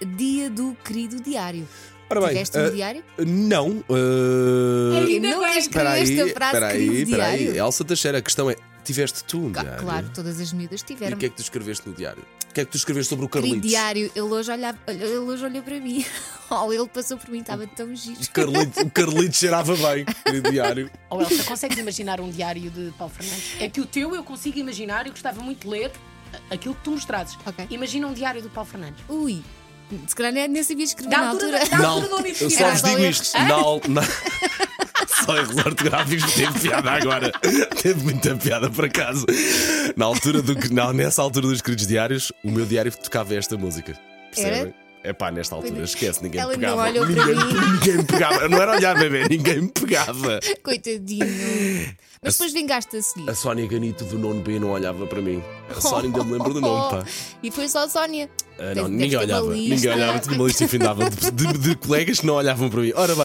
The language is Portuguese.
dia do querido diário. Ora bem, Tiveste um diário? não. Ainda não escreveste a frase querido diário? Elsa Teixeira, a questão é: tiveste tu um diário? Claro, todas as miúdas E tiveram. o que é que tu escreveste no diário? O que é que tu escreveste sobre o Querido Carlitos? diário, ele hoje olhou para mim. Ele passou por mim, estava tão giro. O Carlitos cheirava bem, querido diário. Elsa, consegues imaginar um diário de Paulo Fernandes? É que o teu eu consigo imaginar, eu gostava muito de ler aquilo que tu mostrasses. Ok. Imagina um diário do Paulo Fernandes. Ui, se calhar nem sabia escrever Da na altura altura. da- Não, da eu universidade. só vos Era digo só isto. erros. Só erros ortográficos teve piada agora. Teve muita piada por acaso. Nessa altura dos queridos diários, o meu diário tocava esta música. Percebem? É pá, nesta altura, esquece, ninguém Ela me não pegava. olhou para mim. Ninguém me pegava. Não era olhar, bebê, ninguém me pegava. Coitadinho. Mas depois vingaste a seguir. A Sónia Ganito do nono B não olhava para mim. A Sónia ainda me lembro do nome, pá. E foi só a Sónia. Não, Deves ninguém ter uma olhava. lista. Ninguém olhava. Tinha uma lista infindável de colegas que não olhavam para mim. Ora bem.